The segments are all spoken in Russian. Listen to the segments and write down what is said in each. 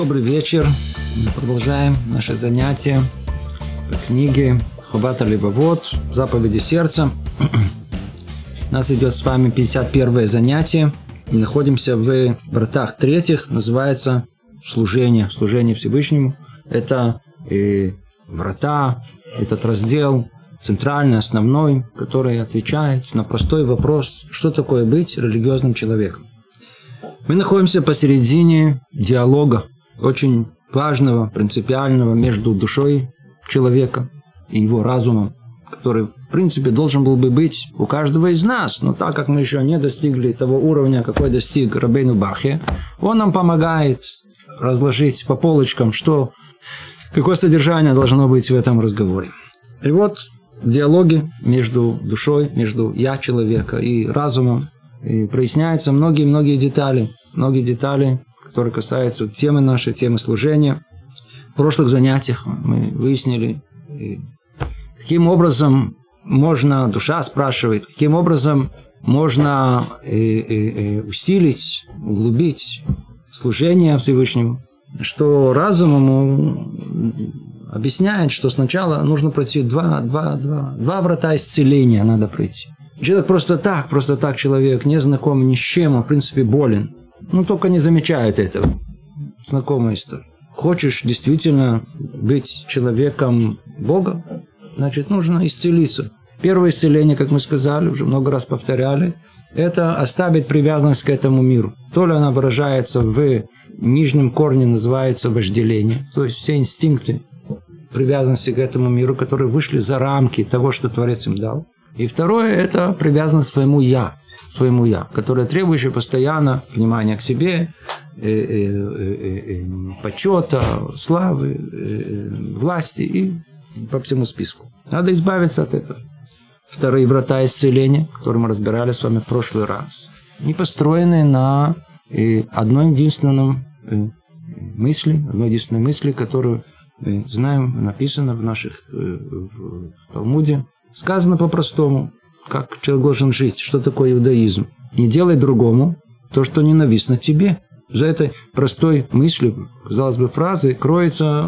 Добрый вечер. Мы продолжаем наше занятие по книге Ховат ха-левавот, заповеди сердца. У нас идет с вами 51-е занятие. Мы находимся в вратах третьих, называется служение Всевышнему. Это врата, этот раздел центральный, основной, который отвечает на простой вопрос, что такое быть религиозным человеком. Мы находимся посередине диалога, очень важного, принципиального между душой человека и его разумом, который, в принципе, должен был бы быть у каждого из нас. Но так как мы еще не достигли того уровня, какой достиг Рабейну Бахья, он нам помогает разложить по полочкам, какое содержание должно быть в этом разговоре. И вот в диалоге между душой, между «я» человека и разумом проясняются многие детали, которые касаются темы нашей, темы служения. В прошлых занятиях мы выяснили, каким образом душа спрашивает, каким образом можно усилить, углубить служение Всевышнему, что разум ему объясняет, что сначала нужно пройти два врата исцеления надо пройти. Человек просто так человек, не знакомый ни с чем, он в принципе болен. Только не замечает этого. Знакомая история. Хочешь действительно быть человеком Бога, значит, нужно исцелиться. Первое исцеление, как мы сказали, уже много раз повторяли, это оставить привязанность к этому миру. То ли она выражается в нижнем корне, называется вожделение, то есть все инстинкты привязанности к этому миру, которые вышли за рамки того, что Творец им дал. И второе – это привязанность к своему «я», которое требующее постоянно внимания к себе, почета, славы, власти и по всему списку. Надо избавиться от этого. Вторые врата исцеления, которые мы разбирали с вами в прошлый раз, не построены на одной единственной мысли, которую мы знаем, написано в Талмуде. Сказано по-простому, как человек должен жить, что такое иудаизм. Не делай другому то, что ненавистно тебе. За этой простой мыслью, казалось бы, фразы кроется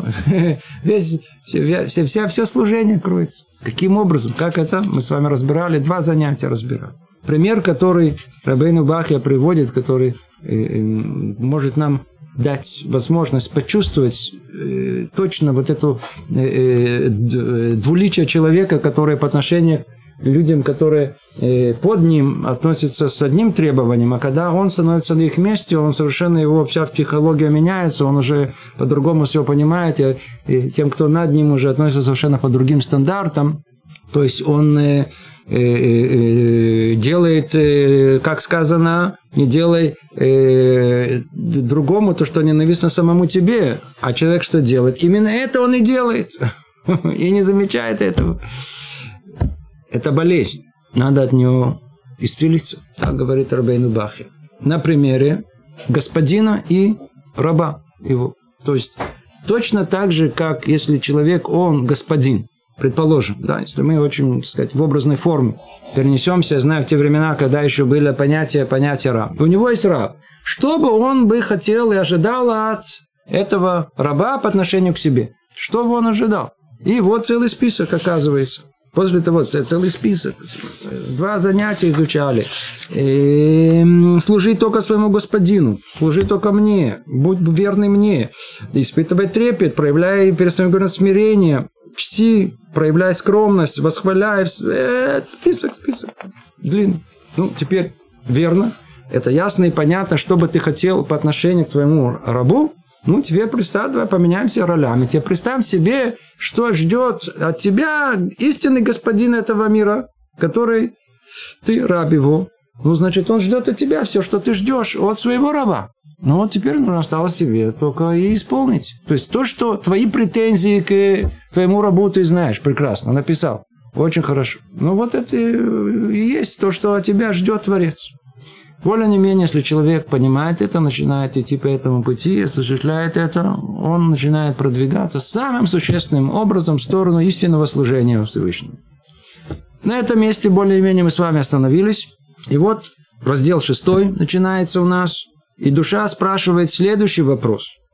все служение кроется. Каким образом? Как это? Мы с вами разбирали, 2 занятия разбирали. Пример, который Рабейну Бахья приводит, который может нам дать возможность почувствовать точно вот эту двуличие человека, который по отношению к людям, которые под ним относятся с одним требованием, а когда он становится на их месте, он совершенно, его вся психология меняется, он уже по-другому все понимает, и тем, кто над ним, уже относится совершенно по другим стандартам. То есть он делает, как сказано, не делай другому то, что ненавистно самому тебе. А человек что делает? Именно это он и делает. И не замечает этого. Это болезнь. Надо от нее исцелиться. Так говорит Рабейну Бахья. На примере господина и раба его. То есть точно так же, как если человек, он господин. Предположим, да, если мы очень, так сказать, в образной форме перенесемся, знаю, в те времена, когда еще были понятия раб. У него есть раб. Что бы он бы хотел и ожидал от этого раба по отношению к себе? Что бы он ожидал? И вот целый список, оказывается. После того, целый список. 2 занятия изучали. Служи только своему господину. Служи только мне. Будь верный мне. Испытывай трепет. Проявляй перед своим господином смирение. Чти, проявляй скромность, восхваляй. Список. Длинный. Теперь верно. Это ясно и понятно, что бы ты хотел по отношению к твоему рабу. Тебе представь, давай поменяемся ролями. Тебе представь себе, что ждет от тебя истинный господин этого мира, который ты раб его. Значит, он ждет от тебя все, что ты ждешь от своего раба. Теперь осталось тебе только и исполнить. То есть то, что твои претензии к твоему рабу ты знаешь, прекрасно, написал. Очень хорошо. Это и есть то, что от тебя ждет Творец. Более не менее, если человек понимает это, начинает идти по этому пути, осуществляет это, он начинает продвигаться самым существенным образом в сторону истинного служения Всевышнему. На этом месте более-менее мы с вами остановились. И вот раздел 6 начинается у нас. И душа спрашивает следующий вопрос.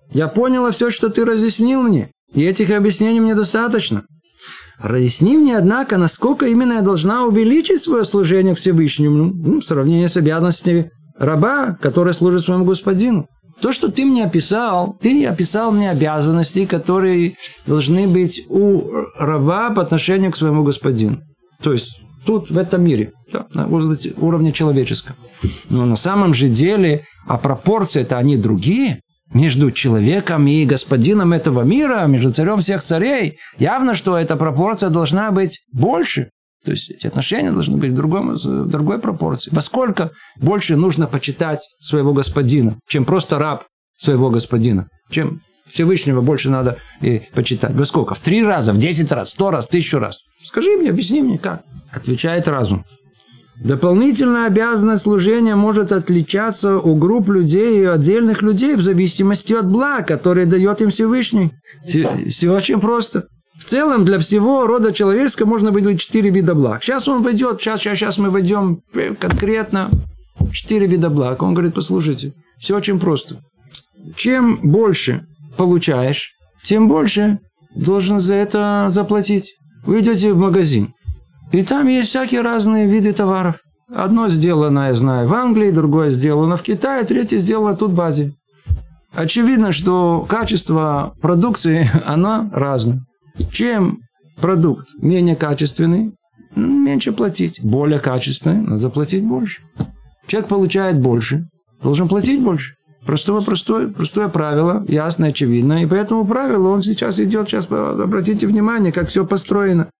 Я поняла все, что ты разъяснил мне. И этих объяснений мне достаточно. Разъясни мне, однако, насколько именно я должна увеличить свое служение Всевышнему в сравнении с обязанностями раба, который служит своему господину. То, что ты мне описал, ты описал мне обязанности, которые должны быть у раба по отношению к своему господину. То есть тут, в этом мире, да, на уровне человеческом. Но на самом же деле, а пропорции-то они другие. Между человеком и господином этого мира, между царем всех царей, явно, что эта пропорция должна быть больше. То есть эти отношения должны быть в другой пропорции. Во сколько больше нужно почитать своего господина, чем просто раб своего господина? Чем Всевышнего больше надо почитать? Во сколько? В 3 раза, в 10 раз, в 100 раз, в 1000 раз? Скажи мне, объясни мне, как? Отвечает разум. Дополнительная обязанность служения может отличаться у групп людей и отдельных людей в зависимости от благ, которые дает им Всевышний. Все очень просто. В целом для всего рода человеческого можно выделить 4 вида благ. Сейчас он войдет, сейчас мы войдем конкретно 4 вида благ. Он говорит, послушайте, все очень просто. Чем больше получаешь, тем больше должен за это заплатить. Вы идете в магазин. И там есть всякие разные виды товаров. Одно сделано, я знаю, в Англии, другое сделано в Китае, третье сделано тут в Азии. Очевидно, что качество продукции, оно разное. Чем продукт менее качественный, меньше платить. Более качественный, надо заплатить больше. Человек получает больше, должен платить больше. Простое правило, ясно, очевидно. И по этому правилу он сейчас идет, сейчас обратите внимание, как все построено.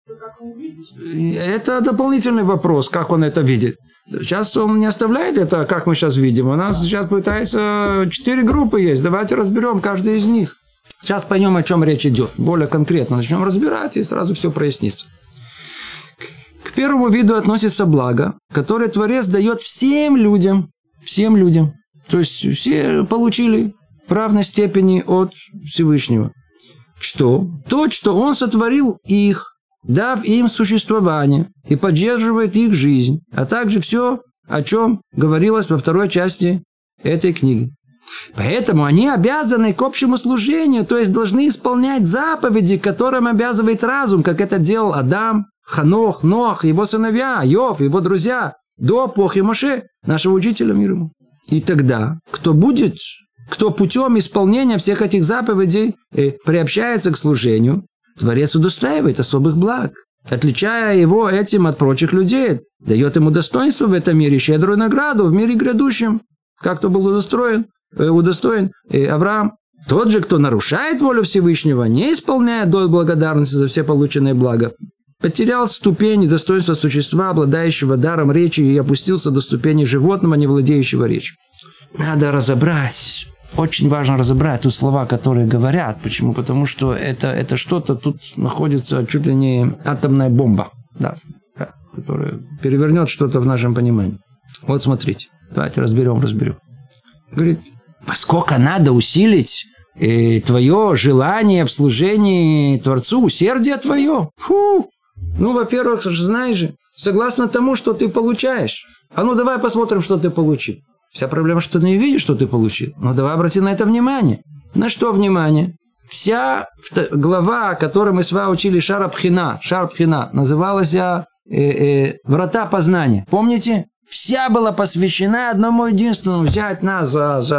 Это дополнительный вопрос, как он это видит. Сейчас он не оставляет это, как мы сейчас видим. У нас сейчас пытается 4 группы есть. Давайте разберем каждую из них. Сейчас поймем, о чем речь идет. Более конкретно начнем разбирать, и сразу все прояснится. К первому виду относится благо, которое Творец дает всем людям. Всем людям. То есть все получили в равной степени от Всевышнего. Что? То, что Он сотворил их, дав им существование и поддерживает их жизнь, а также все, о чем говорилось во второй части этой книги. Поэтому они обязаны к общему служению, то есть должны исполнять заповеди, которым обязывает разум, как это делал Адам, Ханох, Ноах, его сыновья, Иов, его друзья, до эпохи Моше, нашего учителя мир ему. И тогда, кто путем исполнения всех этих заповедей приобщается к служению, Творец удостаивает особых благ, отличая его этим от прочих людей, дает ему достоинство в этом мире, щедрую награду в мире грядущем, как то был удостоен Авраам. Тот же, кто нарушает волю Всевышнего, не исполняя долг благодарности за все полученные блага, потерял ступень и достоинство существа, обладающего даром речи, и опустился до ступени животного, не владеющего речью. Надо разобрать. Очень важно разобрать тут слова, которые говорят. Почему? Потому что это что-то, тут находится чуть ли не атомная бомба, да, которая перевернет что-то в нашем понимании. Вот смотрите. Давайте разберем. Говорит, поскольку надо усилить твое желание в служении Творцу, усердие твое. Во-первых, знаешь же, согласно тому, что ты получаешь. Давай посмотрим, что ты получил. Вся проблема, что ты не видишь, что ты получил. давай обрати на это внимание. На что внимание? Вся глава, которую мы с вами учили, Шар Бхина, называлась «Врата познания». Помните? Вся была посвящена одному единственному. Взять нас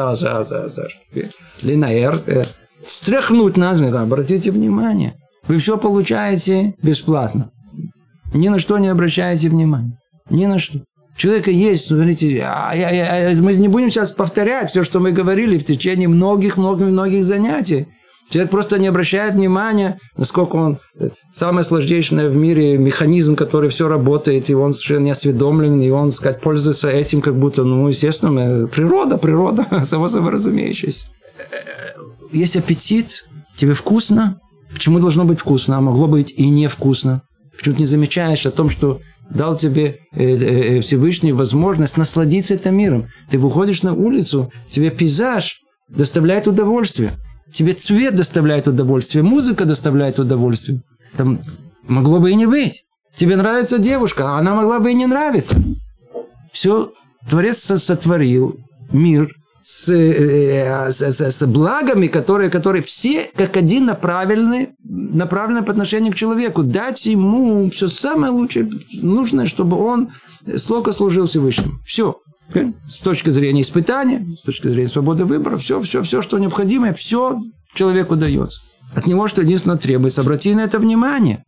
линаэр, стряхнуть нас. Обратите внимание. Вы все получаете бесплатно. Ни на что не обращаете внимания. Ни на что. У человека есть, смотрите, мы не будем сейчас повторять все, что мы говорили в течение многих занятий. Человек просто не обращает внимания, насколько он самый сложнейший в мире механизм, который все работает, и он совершенно не осведомлен, и он, сказать, пользуется этим, как будто, естественно, природа, само собой разумеющееся. Есть аппетит, тебе вкусно. Почему должно быть вкусно? А могло быть и невкусно. Почему ты не замечаешь о том, что дал тебе Всевышний возможность насладиться этим миром? Ты выходишь на улицу, тебе пейзаж доставляет удовольствие. Тебе цвет доставляет удовольствие, музыка доставляет удовольствие. Там могло бы и не быть. Тебе нравится девушка, а она могла бы и не нравиться. Все, Творец сотворил мир с благами, которые все как один направлены по отношению к человеку. Дать ему все самое лучшее, нужное, чтобы он слого служил Всевышнему. Все. С точки зрения испытания, с точки зрения свободы выбора, все, что необходимое, все человеку дается. От него что единственное требуется. Обрати на это внимание.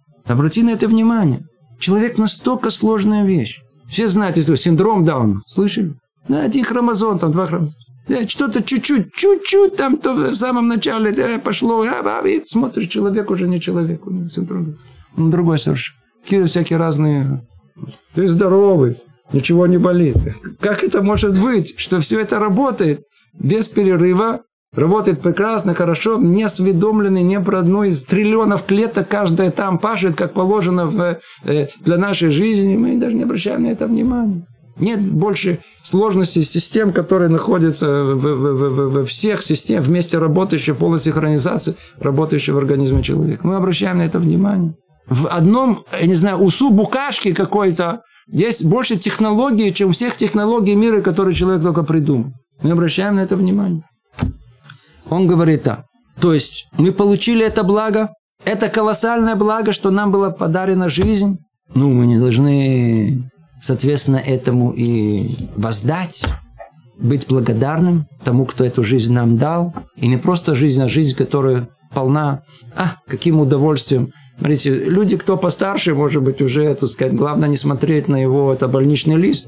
Человек настолько сложная вещь. Все знают, что синдром Дауна. Слышали? Да, 1 хромозом, там 2 хромозома. Да, что-то чуть-чуть там то в самом начале пошло. И смотришь, человек уже не человек. Синдром. Он другой совершенно. Какие всякие разные. Ты здоровый, ничего не болит. Как это может быть, что все это работает без перерыва? Работает прекрасно, хорошо, не осведомленный ни про одну из триллионов клеток, каждая там пашет, как положено для нашей жизни. Мы даже не обращаем на это внимания. Нет больше сложностей систем, которые находятся во всех системах, вместе работающих, полностью синхронизации, работающих в организме человека. Мы обращаем на это внимание. В одном, я не знаю, усу букашки какой-то есть больше технологий, чем всех технологий мира, которые человек только придумал. Мы обращаем на это внимание. Он говорит так. То есть, мы получили это благо, это колоссальное благо, что нам было подарена жизнь. Мы не должны, соответственно, этому и воздать, быть благодарным тому, кто эту жизнь нам дал. И не просто жизнь, а жизнь, которая полна. Каким удовольствием. Смотрите, люди, кто постарше, может быть, уже, так сказать, главное не смотреть на его больничный лист.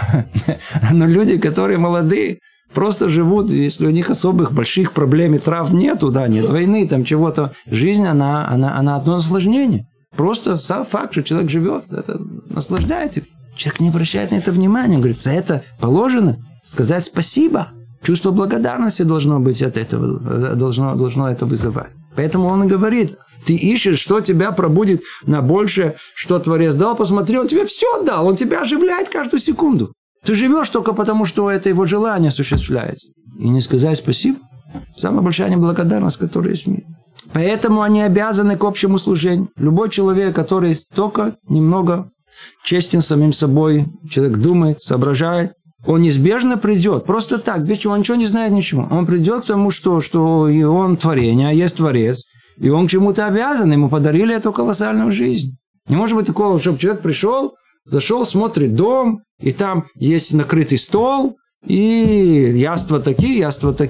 Но люди, которые молодые, просто живут, если у них особых больших проблем и трав нету, нет войны, там чего-то. Жизнь, она одно наслаждение. Просто сам факт, что человек живет, это наслаждается. Человек не обращает на это внимания. Он говорит, за это положено сказать спасибо. Чувство благодарности должно быть от этого, должно это вызывать. Поэтому он и говорит, ты ищешь, что тебя пробудит на большее, что Творец дал. Посмотри, он тебе все дал, он тебя оживляет каждую секунду. Ты живешь только потому, что это его желание осуществляется. И не сказать спасибо. Самая большая неблагодарность, которая есть в мире. Поэтому они обязаны к общему служению. Любой человек, который только немного честен самим собой, человек думает, соображает, он неизбежно придет. Просто так, без чего, он ничего не знает, ничего. Он придет к тому, что и он творение, а есть Творец. И он к чему-то обязан. Ему подарили эту колоссальную жизнь. Не может быть такого, чтобы человек пришел, зашел, смотрит дом, и там есть накрытый стол, и яства такие.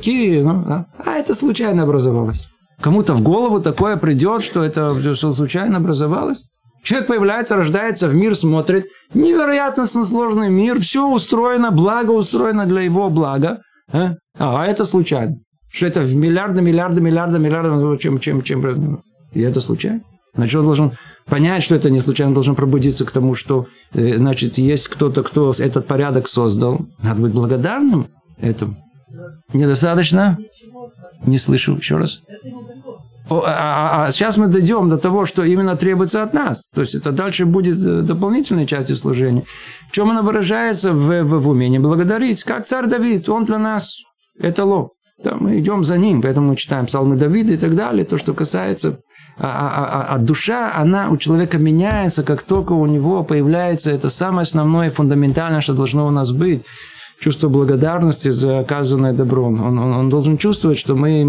Это случайно образовалось. Кому-то в голову такое придет, что это все случайно образовалось. Человек появляется, рождается в мир, смотрит. Невероятно сложный мир. Все устроено, благо устроено для его блага. А это случайно. Что это в миллиарды. Чем. И это случайно. Значит, он должен понять, что это не случайно, он должен пробудиться к тому, что, значит, есть кто-то, кто этот порядок создал. Надо быть благодарным этому. Недостаточно? Не слышу. Еще раз. Сейчас мы дойдем до того, что именно требуется от нас. То есть, это дальше будет дополнительной частью служения. В чем она выражается? В умении благодарить. Как царь Давид, он для нас эталон. Да, мы идем за ним, поэтому мы читаем псалмы Давида и так далее. То, что касается... душа, она у человека меняется, как только у него появляется это самое основное, фундаментальное, что должно у нас быть. Чувство благодарности за оказанное добро. Он должен чувствовать, что мы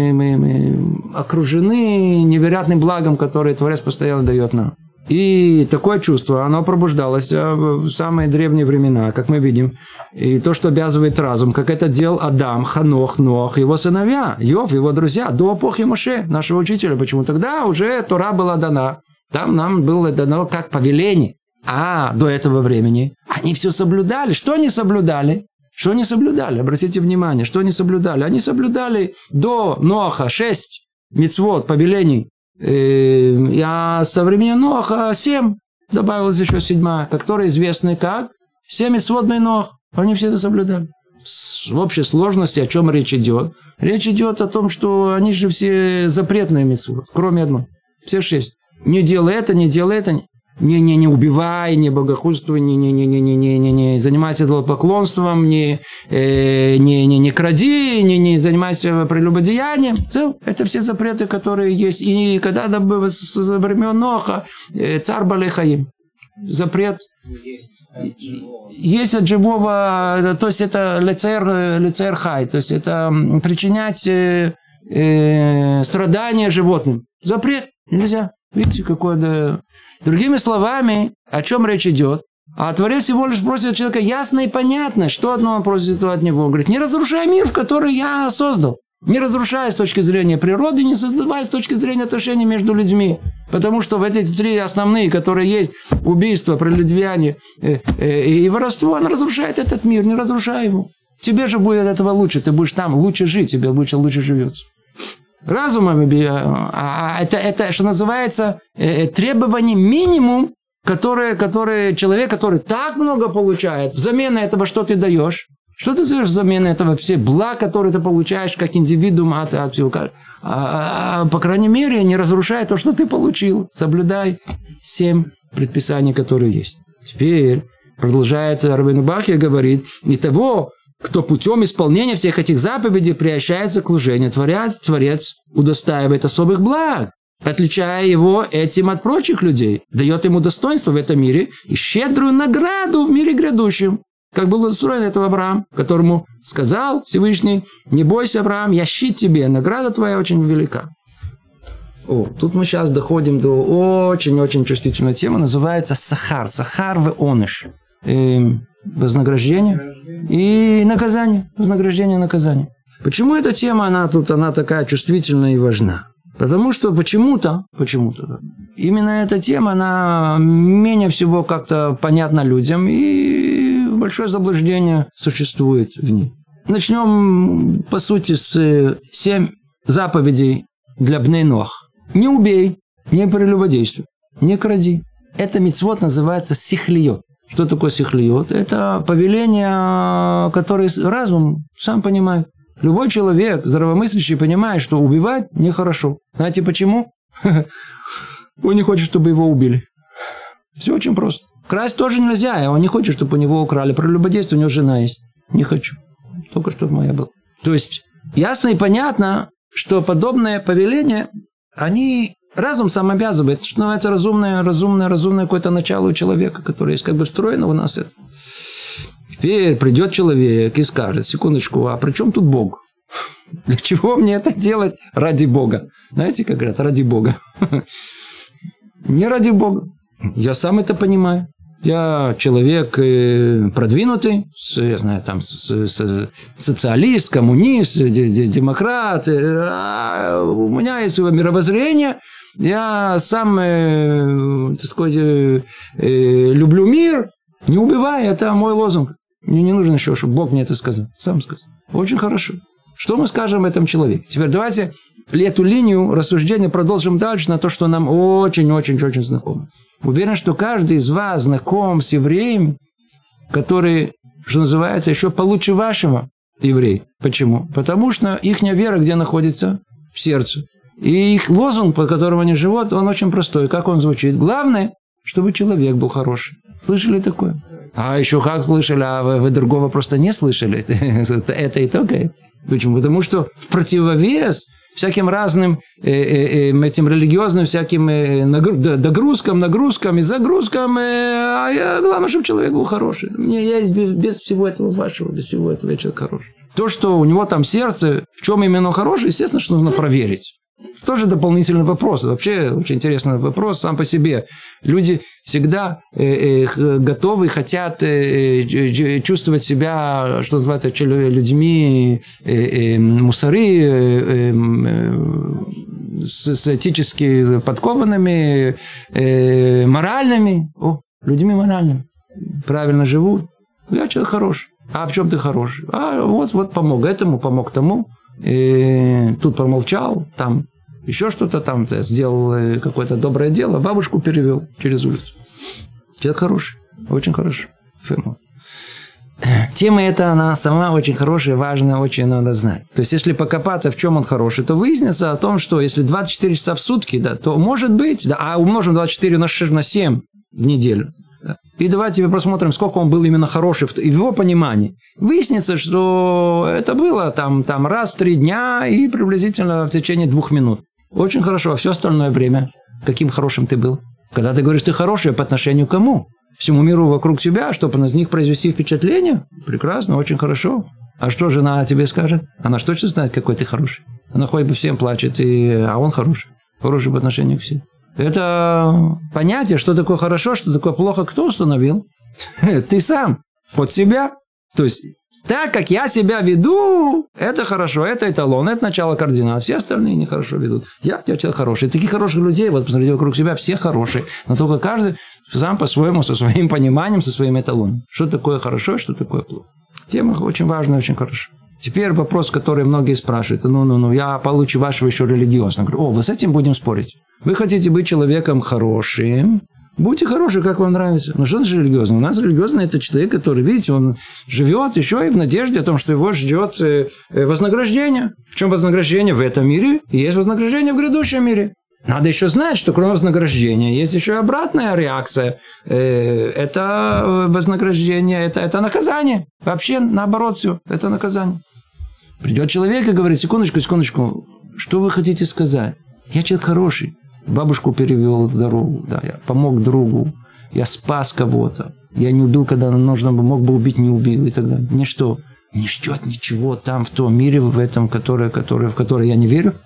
окружены невероятным благом, которое Творец постоянно дает нам. И такое чувство, оно пробуждалось в самые древние времена, как мы видим. И то, что обязывает разум, как это делал Адам, Ханох, Ноах, его сыновья, Иов, его друзья, до эпохи Моше, нашего учителя. Почему? Тогда уже Тора была дана. Там нам было дано как повеление. А до этого времени они все соблюдали. Что они соблюдали? Обратите внимание, что они соблюдали? Они соблюдали до Ноаха 6 мицвот, повелений. А со времени Ноаха 7 добавилась еще 7, которая известна как 7 мицвот Ноах. Они все это соблюдали. В общей сложности о чем речь идет? Речь идет о том, что они же все запретные мицвот, кроме одной. Все 6. Не делай это, не не убивай, не богохульствуй, не занимайся идолопоклонством, не кради, не занимайся прелюбодеянием. Это все запреты, которые есть. И когда со времен Ноха царь Балей Хаим. запрет. Есть от живого, то есть это лецер хай, то есть это причинять страдания животным. Запрет. Нельзя. Видите, какое-то... Другими словами, о чем речь идет? А Творец всего лишь просит от человека ясно и понятно, что одно он просит от него. Он говорит, не разрушай мир, в который я создал. Не разрушай с точки зрения природы, не создавай с точки зрения отношений между людьми. Потому что в эти три основные, которые есть, убийство, прелюдьбияние и воровство, он разрушает этот мир, не разрушай его. Тебе же будет от этого лучше, ты будешь там лучше жить, тебе лучше живется. Разумом, это что называется, требование минимум, который человек, который так много получает, взамен этого что ты даешь? Что ты даешь взамен этого? Все блага, которые ты получаешь как индивидуум от всего. По крайней мере, не разрушай то, что ты получил. Соблюдай 7 предписаний, которые есть. Теперь продолжает Рабейну Бахья, говорит, и того, кто путем исполнения всех этих заповедей приобщается к служению, Творец удостаивает особых благ, отличая его этим от прочих людей, дает ему достоинство в этом мире и щедрую награду в мире грядущем. Как был устроен это Авраам, которому сказал Всевышний, не бойся, Авраам, я щит тебе, награда твоя очень велика. Тут мы сейчас доходим до очень-очень чувствительной темы, называется сахар. Сахар в оныш. Вознаграждение и наказание. Вознаграждение и наказание. Почему эта тема, она такая чувствительная и важна? Потому что почему-то, именно эта тема, она менее всего как-то понятна людям, и большое заблуждение существует в ней. Начнем, по сути, с 7 заповедей для бней Ноах. Не убей, не прелюбодействуй, не кради. Это мицвот называется сихлиот. Что такое сихлиот? Это повеление, которое разум сам понимает. Любой человек, здравомыслящий, понимает, что убивать нехорошо. Знаете почему? Он не хочет, чтобы его убили. Все очень просто. Красть тоже нельзя, он не хочет, чтобы у него украли. Прелюбодействие, у него жена есть. Не хочу. Только чтобы моя была. То есть, ясно и понятно, что подобное повеление, они... Разум сам обязывает, что это разумное какое-то начало у человека, которое есть как бы встроено у нас это. Теперь придет человек и скажет, секундочку, а при чем тут Бог? Для чего мне это делать ради Бога? Знаете, как говорят, ради Бога. Не ради Бога. Я сам это понимаю. Я человек продвинутый, я знаю, там, социалист, коммунист, демократ. У меня есть мировоззрение. Я сам, так сказать, люблю мир. Не убивай, это мой лозунг. Мне не нужно еще, чтобы Бог мне это сказал. Сам сказал. Очень хорошо. Что мы скажем этом человеку? Теперь давайте эту линию рассуждения продолжим дальше на то, что нам очень-очень-очень знакомо. Уверен, что каждый из вас знаком с евреем, который, что называется, еще получше вашего еврея. Почему? Потому что их вера где находится? В сердце. И их лозунг, под которым они живут, он очень простой. Как он звучит? Главное, чтобы человек был хороший. Слышали такое? А еще как слышали, а вы другого просто не слышали. Это и только. Почему? Потому что в противовес всяким разным этим религиозным всяким нагрузкам и загрузкам, главное, чтобы человек был хороший. Мне есть без всего этого вашего, без всего этого я человек хороший. То, что у него там сердце, в чем именно хороший, естественно, что нужно проверить. Это тоже дополнительный вопрос. Вообще очень интересный вопрос сам по себе. Люди всегда готовы, хотят чувствовать себя, что называется, людьми мусары, с этически подкованными, моральными. Людьми моральными. Правильно живут. Я человек хороший. А в чем ты хороший? Вот помог этому, помог тому. Тут промолчал, там еще что-то там сделал какое-то доброе дело, бабушку перевел через улицу. Человек хороший, очень хороший. Тема эта, она сама очень хорошая, важная, очень надо знать. То есть, если покопаться, в чем он хороший, то выяснится о том, что если 24 часа в сутки, да, то может быть, да, а умножим 24 на 7 в неделю. Да. И давайте посмотрим, сколько он был именно хороший в его понимании. Выяснится, что это было там раз в 3 дня и приблизительно в течение 2 минут. Очень хорошо. А все остальное время, каким хорошим ты был? Когда ты говоришь, ты хороший, по отношению к кому? Всему миру вокруг тебя, чтобы на них произвести впечатление? Прекрасно, очень хорошо. А что жена о тебе скажет? Она что точно знает, какой ты хороший. Она хоть бы всем плачет, а он хороший. Хороший по отношению к всем. Это понятие, что такое хорошо, что такое плохо, кто установил? Ты сам. Под себя. То есть, так как я себя веду, это хорошо, это эталон, это начало координат. Все остальные нехорошо ведут. Я человек хороший. Таких хороших людей, вот посмотрите вокруг себя, все хорошие. Но только каждый сам по-своему, со своим пониманием, со своим эталоном. Что такое хорошо, что такое плохо. Тема очень важная, очень хорошая. Теперь вопрос, который многие спрашивают. Я получу вашего еще религиозного. Говорю, вы с этим будем спорить. Вы хотите быть человеком хорошим? Будьте хороши, как вам нравится. Но что значит религиозный? У нас религиозный – это человек, который, видите, он живет еще и в надежде о том, что его ждет вознаграждение. В чем вознаграждение в этом мире? И есть вознаграждение в грядущем мире. Надо еще знать, что кроме вознаграждения есть еще обратная реакция. Это вознаграждение, это наказание. Вообще, наоборот, все. Это наказание. Придет человек и говорит, секундочку, что вы хотите сказать? Я человек хороший. Бабушку перевел в дорогу, да, я помог другу, я спас кого-то, я не убил, когда нужно было, мог бы убить, не убил и так далее. Мне что, не ждет ничего там, в том мире, в этом, в который я не верю?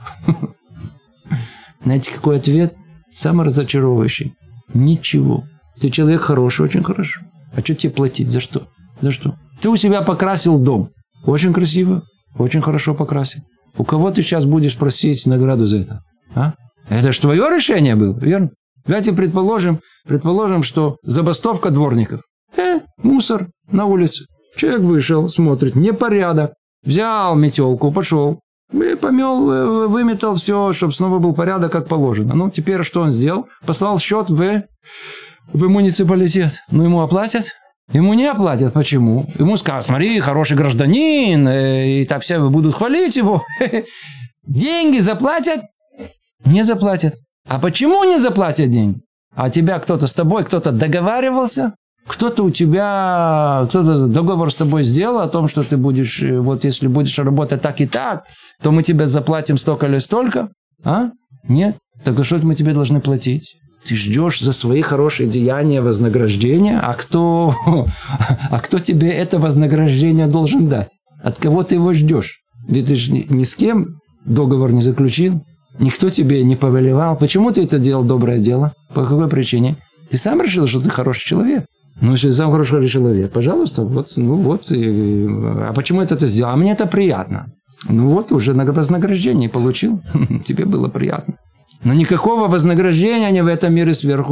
Знаете, какой ответ? Самый разочаровывающий. Ничего. Ты человек хороший, очень хорошо. А что тебе платить? За что? За что? Ты у себя покрасил дом. Очень красиво, очень хорошо покрасил. У кого ты сейчас будешь просить награду за это? А? Это же твое решение было, верно? Давайте предположим, что забастовка дворников. Мусор на улице. Человек вышел, смотрит, непорядок. Взял метелку, пошел. Помел, выметал все, чтобы снова был порядок, как положено. Ну, теперь что он сделал? Послал счет в муниципалитет. Ну, ему оплатят? Ему не оплатят. Почему? Ему скажут, смотри, хороший гражданин, и так все будут хвалить его. Деньги заплатят? Не заплатят. А почему не заплатят деньги? А тебя кто-то с тобой, кто-то договаривался? Кто-то договор с тобой сделал о том, что ты будешь, вот если будешь работать так и так, то мы тебе заплатим столько или столько? А? Нет. Так что мы тебе должны платить? Ты ждешь за свои хорошие деяния вознаграждения, а кто тебе это вознаграждение должен дать? От кого ты его ждешь? Ведь ты же ни с кем договор не заключил. Никто тебе не повелевал. Почему ты это делал, доброе дело? По какой причине? Ты сам решил, что ты хороший человек. Ну, если ты сам хороший человек, пожалуйста, а почему это ты сделал? А мне это приятно. Ну вот, уже вознаграждение получил. Тебе было приятно. Но никакого вознаграждения ни в этом мире сверху,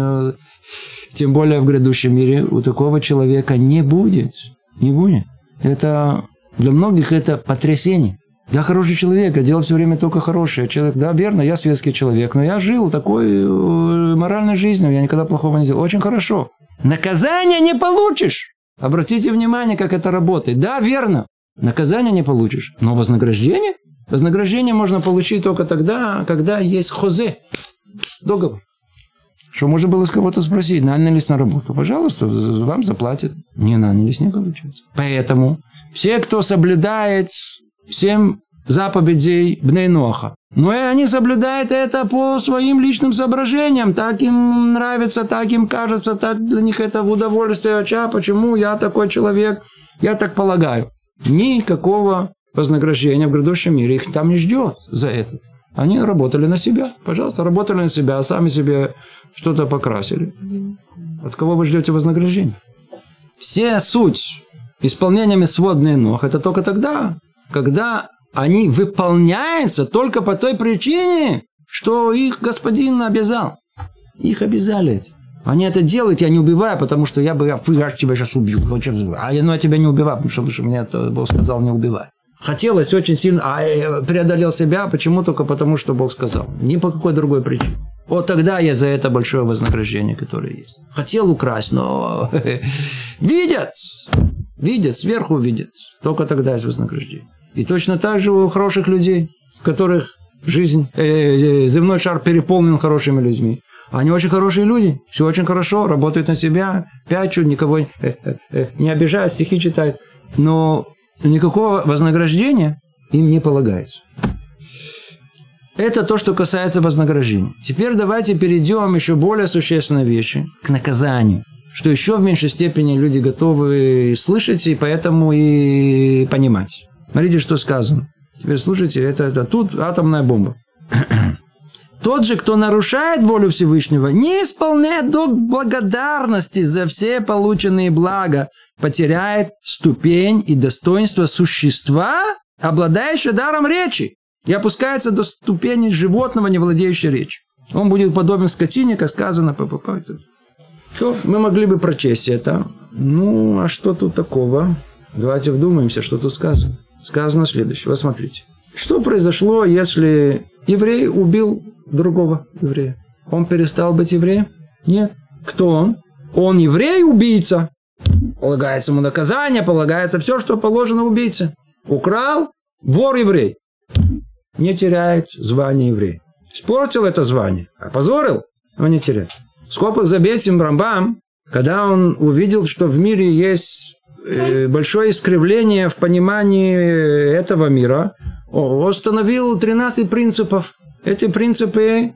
тем более в грядущем мире, у такого человека не будет. Не будет. Это для многих это потрясение. Я хороший человек, я делал все время только хорошее. Человек, да, верно, я светский человек, но я жил такой моральной жизнью, я никогда плохого не делал. Очень хорошо. Наказания не получишь. Обратите внимание, как это работает. Да, верно, наказания не получишь, но вознаграждение? Вознаграждение можно получить только тогда, когда есть хозе, договор. Что можно было с кого-то спросить, нанялись на работу? Пожалуйста, вам заплатят. Не нанялись, не получается. Поэтому все, кто соблюдает 7 заповедей Бней Ноха. Но и они соблюдают это по своим личным соображениям. Так им нравится, так им кажется, так для них это в удовольствие. Почему я такой человек? Я так полагаю. Никакого вознаграждения в грядущем мире их там не ждет за это. Они работали на себя. Пожалуйста, работали на себя, а сами себе что-то покрасили. От кого вы ждете вознаграждения? Вся суть исполнения мицвот Бней Нох это только тогда, когда они выполняются только по той причине, что их господин обязал. Их обязали это. Они это делают, я не убиваю, потому что я тебя сейчас убью. А я тебя не убиваю, потому что мне Бог сказал не убивай. Хотелось очень сильно, а я преодолел себя. Почему? Только потому, что Бог сказал. Ни по какой другой причине. Вот тогда я за это большое вознаграждение, которое есть. Хотел украсть, но видят, сверху видят. Только тогда есть вознаграждение. И точно так же у хороших людей, у которых жизнь, земной шар переполнен хорошими людьми. Они очень хорошие люди, все очень хорошо, работают на себя, пячут, никого не обижают, стихи читают. Но никакого вознаграждения им не полагается. Это то, что касается вознаграждения. Теперь давайте перейдем еще более существенной вещи, к наказанию. Что еще в меньшей степени люди готовы слышать и поэтому и понимать. Смотрите, что сказано. Теперь слушайте, это тут атомная бомба. Тот же, кто нарушает волю Всевышнего, не исполняет долг благодарности за все полученные блага, потеряет ступень и достоинство существа, обладающего даром речи, и опускается до ступени животного, не владеющего речью. Он будет подобен скотине, как сказано. То мы могли бы прочесть это. Ну, а что тут такого? Давайте вдумаемся, что тут сказано. Сказано следующее. Вот смотрите. Что произошло, если еврей убил другого еврея? Он перестал быть евреем? Нет. Кто он? Он еврей-убийца. Полагается ему наказание, полагается все, что положено убийце. Украл, вор-еврей. Не теряет звание еврея. Испортил это звание, опозорил, но не теряет. В скобках забейте Рамбам, когда он увидел, что в мире есть большое искривление в понимании этого мира, он установил 13 принципов. Эти принципы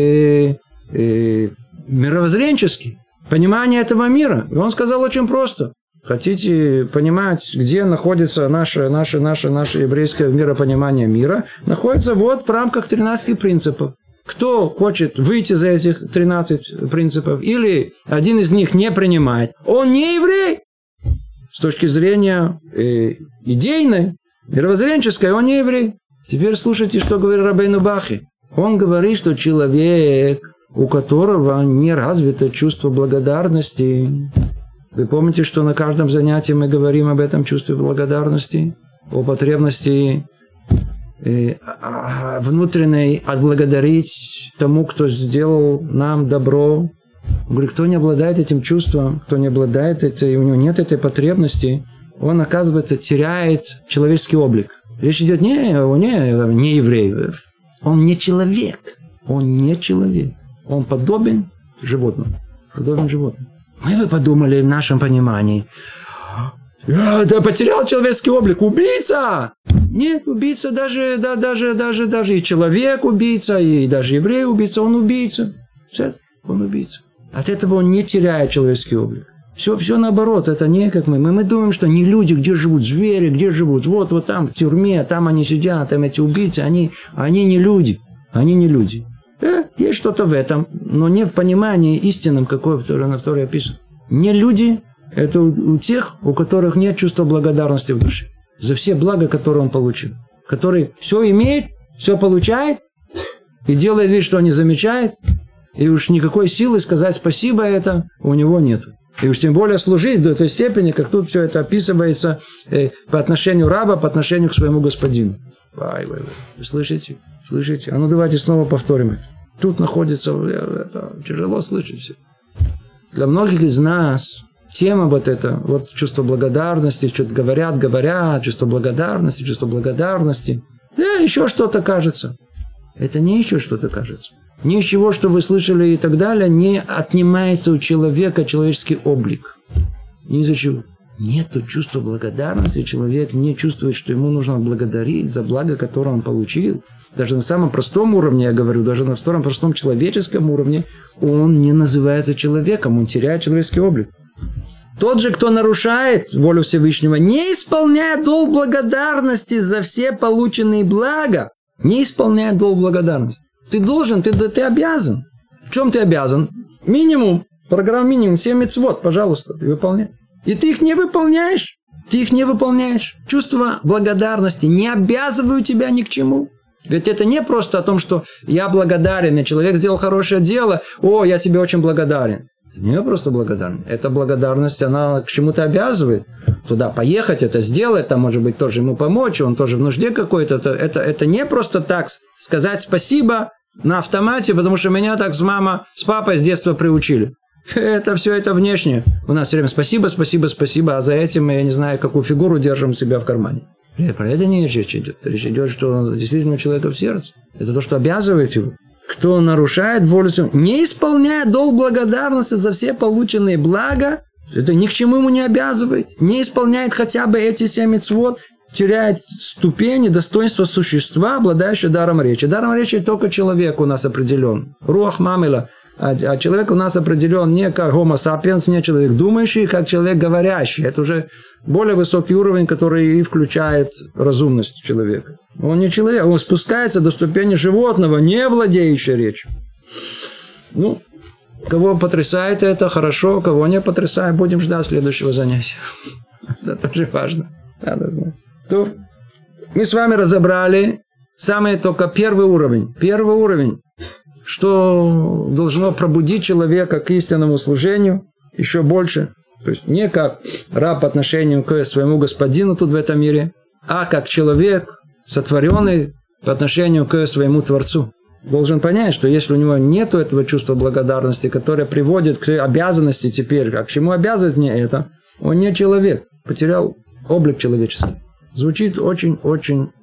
мировоззренческие. Понимание этого мира. И он сказал очень просто. Хотите понимать, где находится наше еврейское миропонимание мира? Находится вот в рамках 13 принципов. Кто хочет выйти за этих 13 принципов или один из них не принимает, он не еврей. С точки зрения идейной, мировоззренческой, он не еврей. Теперь слушайте, что говорит Рабейну Бахи. Он говорит, что человек, у которого не развито чувство благодарности. Вы помните, что на каждом занятии мы говорим об этом чувстве благодарности, о потребности внутренней отблагодарить тому, кто сделал нам добро. Он говорит, кто не обладает этим чувством, кто не обладает этой, у него нет этой потребности, он, оказывается, теряет человеческий облик. Речь идет не еврей, он не человек, он подобен животному. Мы бы подумали в нашем понимании, да потерял человеческий облик, убийца! Нет, убийца даже и человек убийца, и даже еврей убийца, он убийца. Он убийца. От этого он не теряет человеческий облик. Все наоборот, это не как мы. Мы думаем, что не люди, где живут звери, где живут, вот там в тюрьме, там они сидят, там эти убийцы, они не люди. Они не люди. Есть что-то в этом, но не в понимании истинном, на которое описано. Не люди, это у тех, у которых нет чувства благодарности в душе. За все блага, которые он получил. Который все имеет, все получает, и делает вид, что не замечает, и уж никакой силы сказать спасибо это у него нет. И уж тем более служить до той степени, как тут все это описывается по отношению раба, по отношению к своему господину. Вы слышите? А ну давайте снова повторим это. Тут находится, это тяжело слышать все. Для многих из нас тема вот эта, вот чувство благодарности, что-то говорят, чувство благодарности. Еще что-то кажется. Это не еще что-то кажется. Ничего, что вы слышали и так далее, не отнимается у человека человеческий облик. Ни из-за чего. Нету чувства благодарности, человек не чувствует, что ему нужно благодарить за благо, которое он получил. Даже на самом простом уровне, я говорю, даже на самом простом человеческом уровне, он не называется человеком, он теряет человеческий облик. Тот же, кто нарушает волю Всевышнего, не исполняет долг благодарности за все полученные блага, не исполняет долг благодарности. Ты должен, ты обязан. В чем ты обязан? Минимум, программа минимум, 7 мицвот, пожалуйста, ты выполняй. И ты их не выполняешь. Чувство благодарности не обязывают тебя ни к чему. Ведь это не просто о том, что я благодарен, и человек сделал хорошее дело, я тебе очень благодарен. Это не просто благодарен. Эта благодарность, она к чему-то обязывает. Туда поехать, это сделать, там, может быть, тоже ему помочь, он тоже в нужде какой-то. Это не просто так сказать спасибо на автомате, потому что меня так с папой с детства приучили. Это все это внешнее. У нас все время спасибо, а за этим мы, я не знаю, какую фигуру держим у себя в кармане. Про это не речь идет. Речь идет, что действительно у человека в сердце. Это то, что обязывает его. Кто нарушает волю, не исполняет долг благодарности за все полученные блага, это ни к чему ему не обязывает. Не исполняет хотя бы эти 7 мицвот, теряет ступени достоинства существа, обладающего даром речи. Даром речи только человек у нас определен. Руах мамила. А человек у нас определен не как homo sapiens, не человек думающий, как человек говорящий. Это уже более высокий уровень, который и включает разумность человека. Он не человек, он спускается до ступени животного, не владеющего речью. Ну, кого потрясает это, хорошо, кого не потрясает, будем ждать следующего занятия. Это тоже важно. Надо знать. То мы с вами разобрали самый только первый уровень. Первый уровень. Что должно пробудить человека к истинному служению еще больше. То есть не как раб по отношению к своему господину тут в этом мире, а как человек, сотворенный по отношению к своему Творцу. Должен понять, что если у него нет этого чувства благодарности, которое приводит к обязанности теперь, а к чему обязывает мне это, он не человек, потерял облик человеческий. Звучит очень-очень...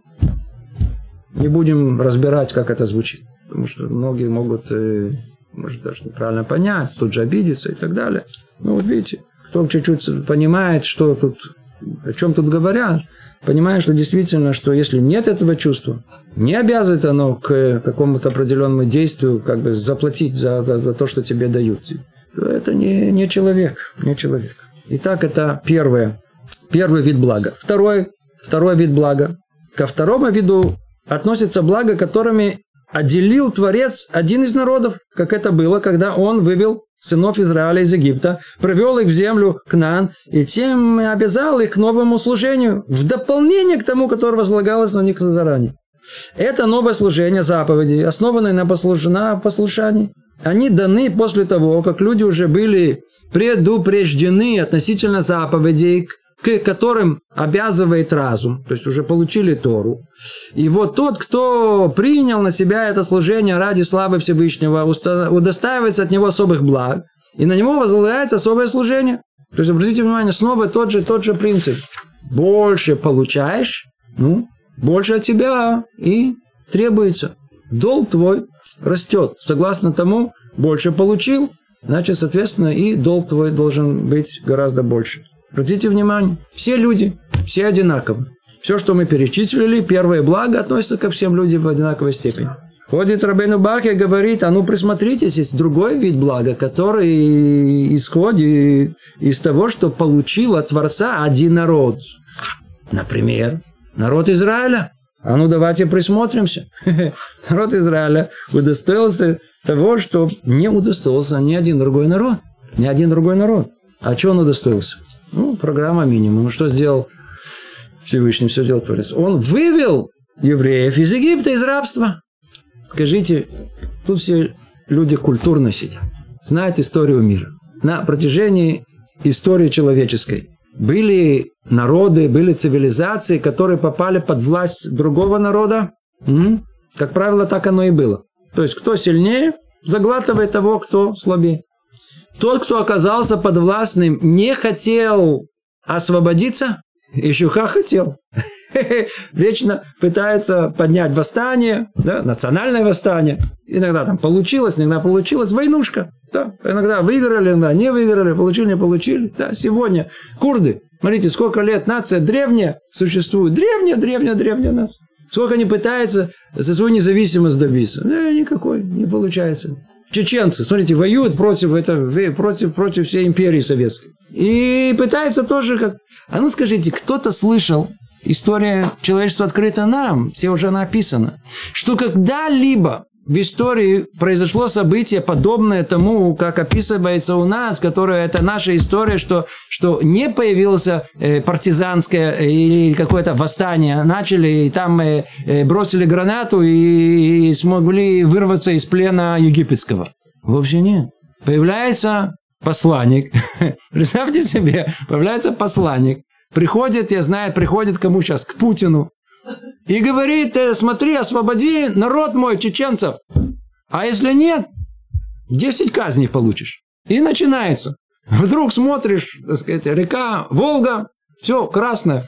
Не будем разбирать, как это звучит. Потому что многие могут, может, даже неправильно понять, тут же обидеться и так далее. Ну, вот видите, кто чуть-чуть понимает, что тут, о чем тут говорят, понимает, что действительно, что если нет этого чувства, не обязывает оно к какому-то определенному действию, как бы заплатить за то, что тебе дают, то это не человек, не человек. Итак, это первый вид блага. Второй вид блага. Ко второму виду относится благо, которыми отделил Творец один из народов, как это было, когда он вывел сынов Израиля из Египта, привел их в землю Кнаан и тем обязал их к новому служению, в дополнение к тому, которое возлагалось на них заранее. Это новое служение, заповеди, основанные на послушании. Они даны после того, как люди уже были предупреждены относительно заповедей, к которым обязывает разум, то есть уже получили Тору. И вот тот, кто принял на себя это служение ради славы Всевышнего, удостаивается от него особых благ, и на него возлагается особое служение. То есть, обратите внимание, снова тот же принцип. Больше получаешь, больше от тебя и требуется. Долг твой растет. Согласно тому, больше получил, значит, соответственно, и долг твой должен быть гораздо больше. Обратите внимание, все люди, все одинаковы. Все, что мы перечислили, первое благо относится ко всем людям в одинаковой степени. Ходит Рабейну Бахья и говорит, присмотритесь, есть другой вид блага, который исходит из того, что получил от Творца один народ. Например, народ Израиля. Давайте присмотримся. Народ Израиля удостоился того, что не удостоился ни один другой народ. Ни один другой народ. А чего он удостоился? Программа минимум. Что сделал Всевышний? Все делал Творец. Он вывел евреев из Египта, из рабства. Скажите, тут все люди культурно сидят, знают историю мира. На протяжении истории человеческой были народы, были цивилизации, которые попали под власть другого народа. Как правило, так оно и было. То есть, кто сильнее, заглатывает того, кто слабее. Тот, кто оказался подвластным, не хотел освободиться, еще как хотел. Вечно пытается поднять восстание, национальное восстание. Иногда там получилось, иногда получилось. Войнушка. Да. Иногда выиграли, иногда не выиграли, получили, не получили. Да. Сегодня курды, смотрите, сколько лет нация древняя существует. Древняя нация. Сколько они пытаются за свою независимость добиться. Никакой, не получается. Чеченцы, смотрите, воюют против всей империи советской. И пытаются тоже как... скажите, кто-то слышал, история человечества открыта нам, все уже написано, что когда-либо в истории произошло событие, подобное тому, как описывается у нас, которое это наша история, что не появилось партизанское или какое-то восстание, начали, и там бросили гранату и смогли вырваться из плена египетского. Вовсе нет. Появляется посланник. Представьте себе, появляется посланник. Приходит кому сейчас? К Путину. И говорит, смотри, освободи народ мой, чеченцев. А если нет, 10 казней получишь. И начинается. Вдруг смотришь, река Волга, все красное,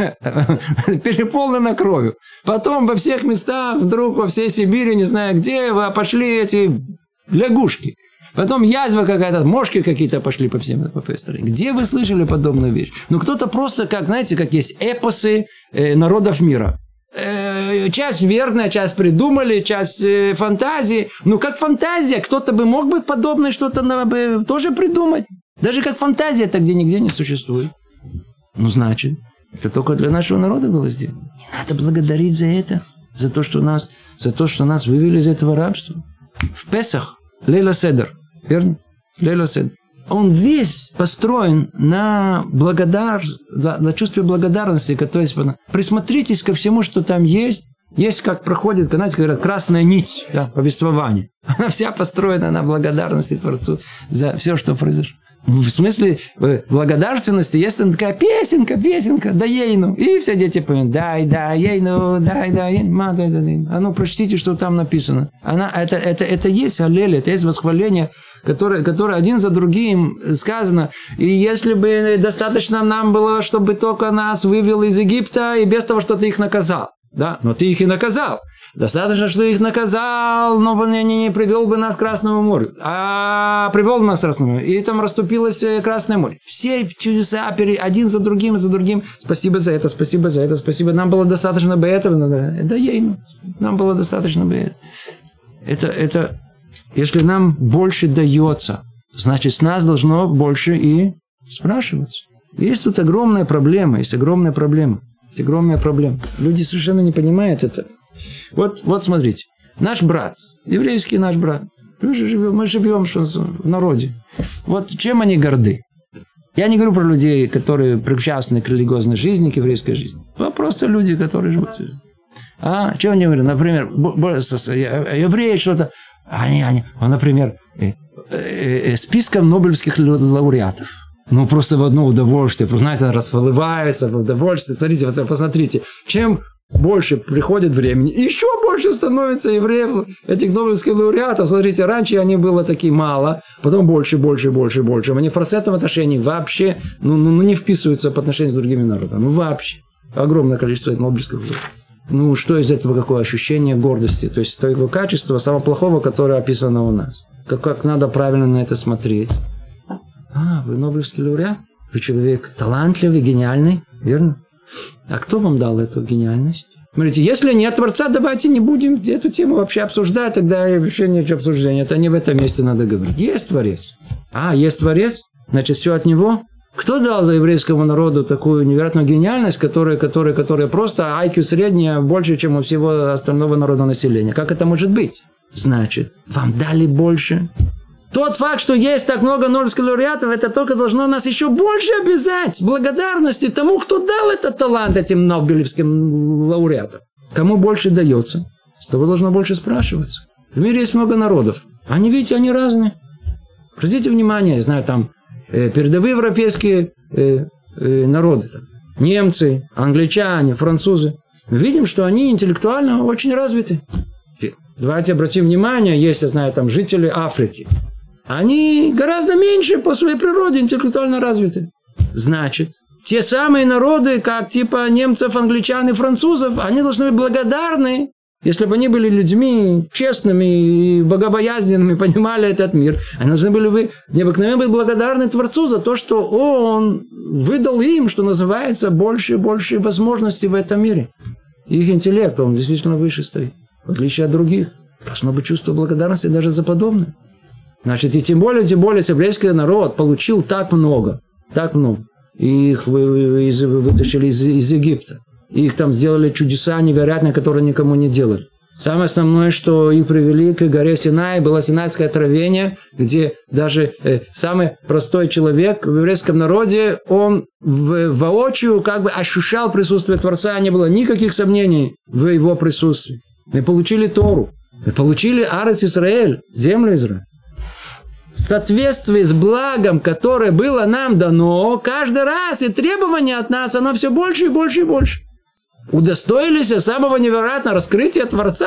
переполнено кровью. Потом во всех местах, вдруг во всей Сибири, не знаю где, пошли эти лягушки. Потом язва какая-то, мошки какие-то пошли по всем по стороне. Где вы слышали подобную вещь? Ну, кто-то просто, как, знаете, как есть эпосы народов мира. Часть верная, часть придумали, часть фантазии. Ну, как фантазия, кто-то бы мог бы подобное что-то тоже придумать. Даже как фантазия, это где-нигде не существует. Ну, значит, это только для нашего народа было сделано. И надо благодарить за это, за то, что нас вывели из этого рабства. В Песах, Лейла Седер, верно? Лейла Седер. Он весь построен на чувстве благодарности. То есть, присмотритесь ко всему, что там есть. Есть, как проходит, знаете, говорят, красная нить, да, повествования. Она вся построена на благодарности Творцу за все, что произошло. В смысле благодарственности есть такая песенка, да ейну. И все дети поют, дай, ейну, дай, ейну. А ну, прочтите, что там написано. Это есть аллель, это есть восхваление, которое один за другим сказано. И если бы достаточно нам было, чтобы только нас вывел из Египта, и без того, что ты их наказал. Да, но ты их и наказал. Достаточно, что их наказал, но не привел бы нас к Красному морю. А привел нас к Красному морю. И там расступилось Красное море. Все чудеса один за другим. Спасибо за это, спасибо. Нам было достаточно бы этого. Да ей, нам было достаточно бы этого. Это, если нам больше дается, значит, с нас должно больше и спрашиваться. Есть тут огромная проблема. Люди совершенно не понимают это. Вот смотрите. Наш брат, еврейский наш брат. Мы живем в народе. Вот чем они горды? Я не говорю про людей, которые причастны к религиозной жизни, к еврейской жизни. А просто люди, которые живут. Чем они говорят? Например, евреи что-то... например, списком нобелевских лауреатов. Ну, просто в одно удовольствие. Просто, знаете, расплывается в удовольствие. Смотрите, посмотрите. Чем больше приходит времени, еще больше становится евреев, этих нобелевских лауреатов. Смотрите, раньше они было такие мало, потом больше. Они в этом отношении вообще не вписываются по отношению с другими народами. Вообще. Огромное количество нобелевских лауреатов. Что из этого, какое ощущение гордости? То есть, того качества, самого плохого, которое описано у нас. Как надо правильно на это смотреть. Вы нобелевский лауреат? Вы человек талантливый, гениальный, верно? А кто вам дал эту гениальность? Смотрите, если нет Творца, давайте не будем эту тему вообще обсуждать, тогда вообще нет обсуждения. Это не в этом месте надо говорить. Есть Творец. Есть Творец? Значит, все от Него? Кто дал еврейскому народу такую невероятную гениальность, которая просто IQ средняя больше, чем у всего остального народонаселения? Как это может быть? Значит, вам дали больше. Тот факт, что есть так много нобелевских лауреатов, это только должно нас еще больше обязать благодарности тому, кто дал этот талант этим нобелевским лауреатам. Кому больше дается, с того должно больше спрашиваться. В мире есть много народов. Видите, они разные. Обратите внимание, я знаю, там передовые европейские народы. Немцы, англичане, французы. Мы видим, что они интеллектуально очень развиты. Давайте обратим внимание, есть, я знаю, там жители Африки. Они гораздо меньше по своей природе интеллектуально развиты. Значит, те самые народы, как типа немцев, англичан и французов, они должны быть благодарны, если бы они были людьми честными и богобоязненными, понимали этот мир. Они должны были бы необыкновенно быть благодарны Творцу за то, что Он выдал им, что называется, больше возможностей в этом мире. Их интеллект, он действительно выше стоит. В отличие от других. Должно быть чувство благодарности даже за подобное. Значит, и тем более, если еврейский народ получил так много. Их вытащили из Египта. Их там сделали чудеса невероятные, которые никому не делали. Самое основное, что их привели к горе Синай, было Синайское откровение, где даже самый простой человек в еврейском народе, он воочию как бы ощущал присутствие Творца, не было никаких сомнений в его присутствии. Мы получили Тору, мы получили Арец Исраэль, землю Израиля. В соответствии с благом, которое было нам дано, каждый раз и требования от нас, оно все больше и больше и больше. Удостоились самого невероятного раскрытия Творца?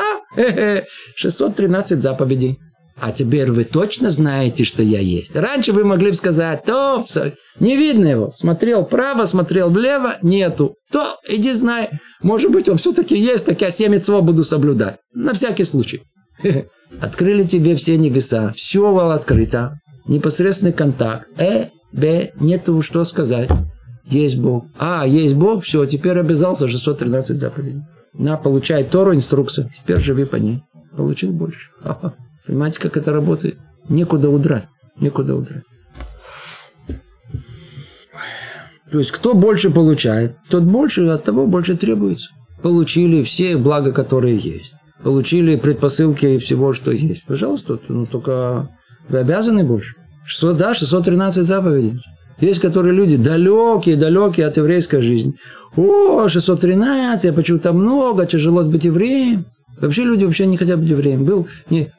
613 заповедей. А теперь вы точно знаете, что я есть. Раньше вы могли бы сказать, то не видно его. Смотрел вправо, смотрел влево, нету. То иди знай. Может быть, он все-таки есть, так я 7 мицвот буду соблюдать. На всякий случай. Открыли тебе все небеса. Все открыто. Непосредственный контакт. Нету что сказать. Есть Бог. Есть Бог, все, теперь обязался 613 заповедей. Получай Тору, инструкцию. Теперь живи по ней. Получил больше. Понимаете, как это работает? Некуда удрать. То есть, кто больше получает, тот больше, от того больше требуется. Получили все блага, которые есть. Получили предпосылки всего, что есть. Пожалуйста, только вы обязаны больше. 613 заповедей. Есть, которые люди далекие от еврейской жизни. 613, почему-то много, тяжело быть евреем. Вообще люди не хотят быть евреем. Был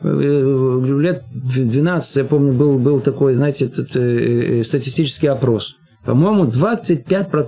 лет 12, я помню, был такой, знаете, статистический опрос. По-моему, 25%,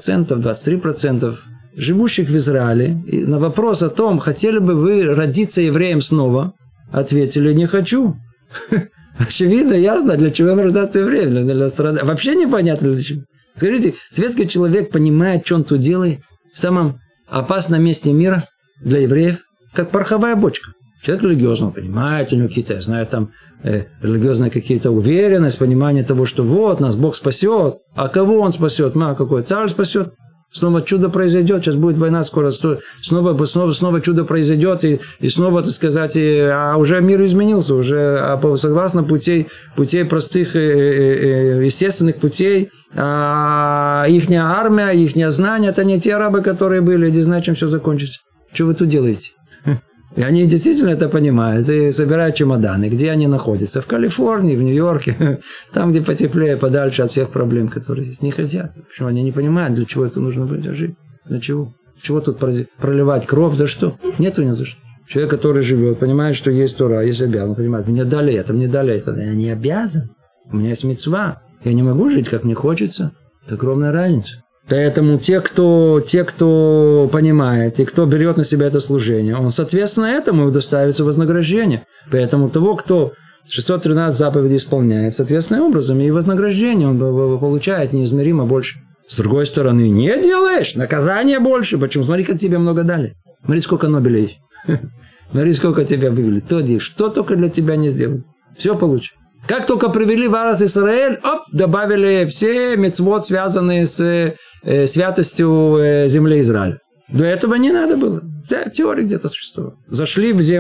23% живущих в Израиле на вопрос о том, хотели бы вы родиться евреем снова, ответили: не хочу. Очевидно, ясно, для чего рождаться евреем. Вообще непонятно для чего. Скажите, светский человек понимает, что он тут делает в самом опасном месте мира для евреев, как пороховая бочка. Человек религиозный понимает, у него какие-то, я знаю, там религиозные какие-то уверенность, понимание того, что вот нас Бог спасет. А кого он спасет? Какой царь спасет? Снова чудо произойдет, сейчас будет война скоро, снова чудо произойдет, и снова, так сказать, уже мир изменился, уже согласно путей простых, естественных путей, ихняя армия, ихнее знание, это не те арабы, которые были, не знаю, чем все закончится. Что вы тут делаете? И они действительно это понимают и собирают чемоданы. Где они находятся? В Калифорнии, в Нью-Йорке. Там, где потеплее, подальше от всех проблем, которые есть. Не хотят. Почему? Они не понимают, для чего это нужно быть жить. Для чего? Чего тут проливать кровь? За что? Нету ни за что. Человек, который живет, понимает, что есть Тора, есть обязан. Понимает, мне дали это. Я не обязан. У меня есть мицва. Я не могу жить, как мне хочется. Это огромная разница. Поэтому те, кто понимает и кто берет на себя это служение, он, соответственно, этому удостоится вознаграждения. Поэтому того, кто 613 заповедей исполняет, соответственным образом, и вознаграждение он получает неизмеримо больше. С другой стороны, не делаешь, наказание больше. Почему? Смотри, как тебе много дали. Смотри, сколько Нобелей. Смотри, сколько тебя вывели. Что только для тебя не сделали. Все получишь. Как только привели в Арас Исраэль, добавили все мицвот, связанные с святостью земли Израиля. До этого не надо было. Теория где-то существовала. Зашли в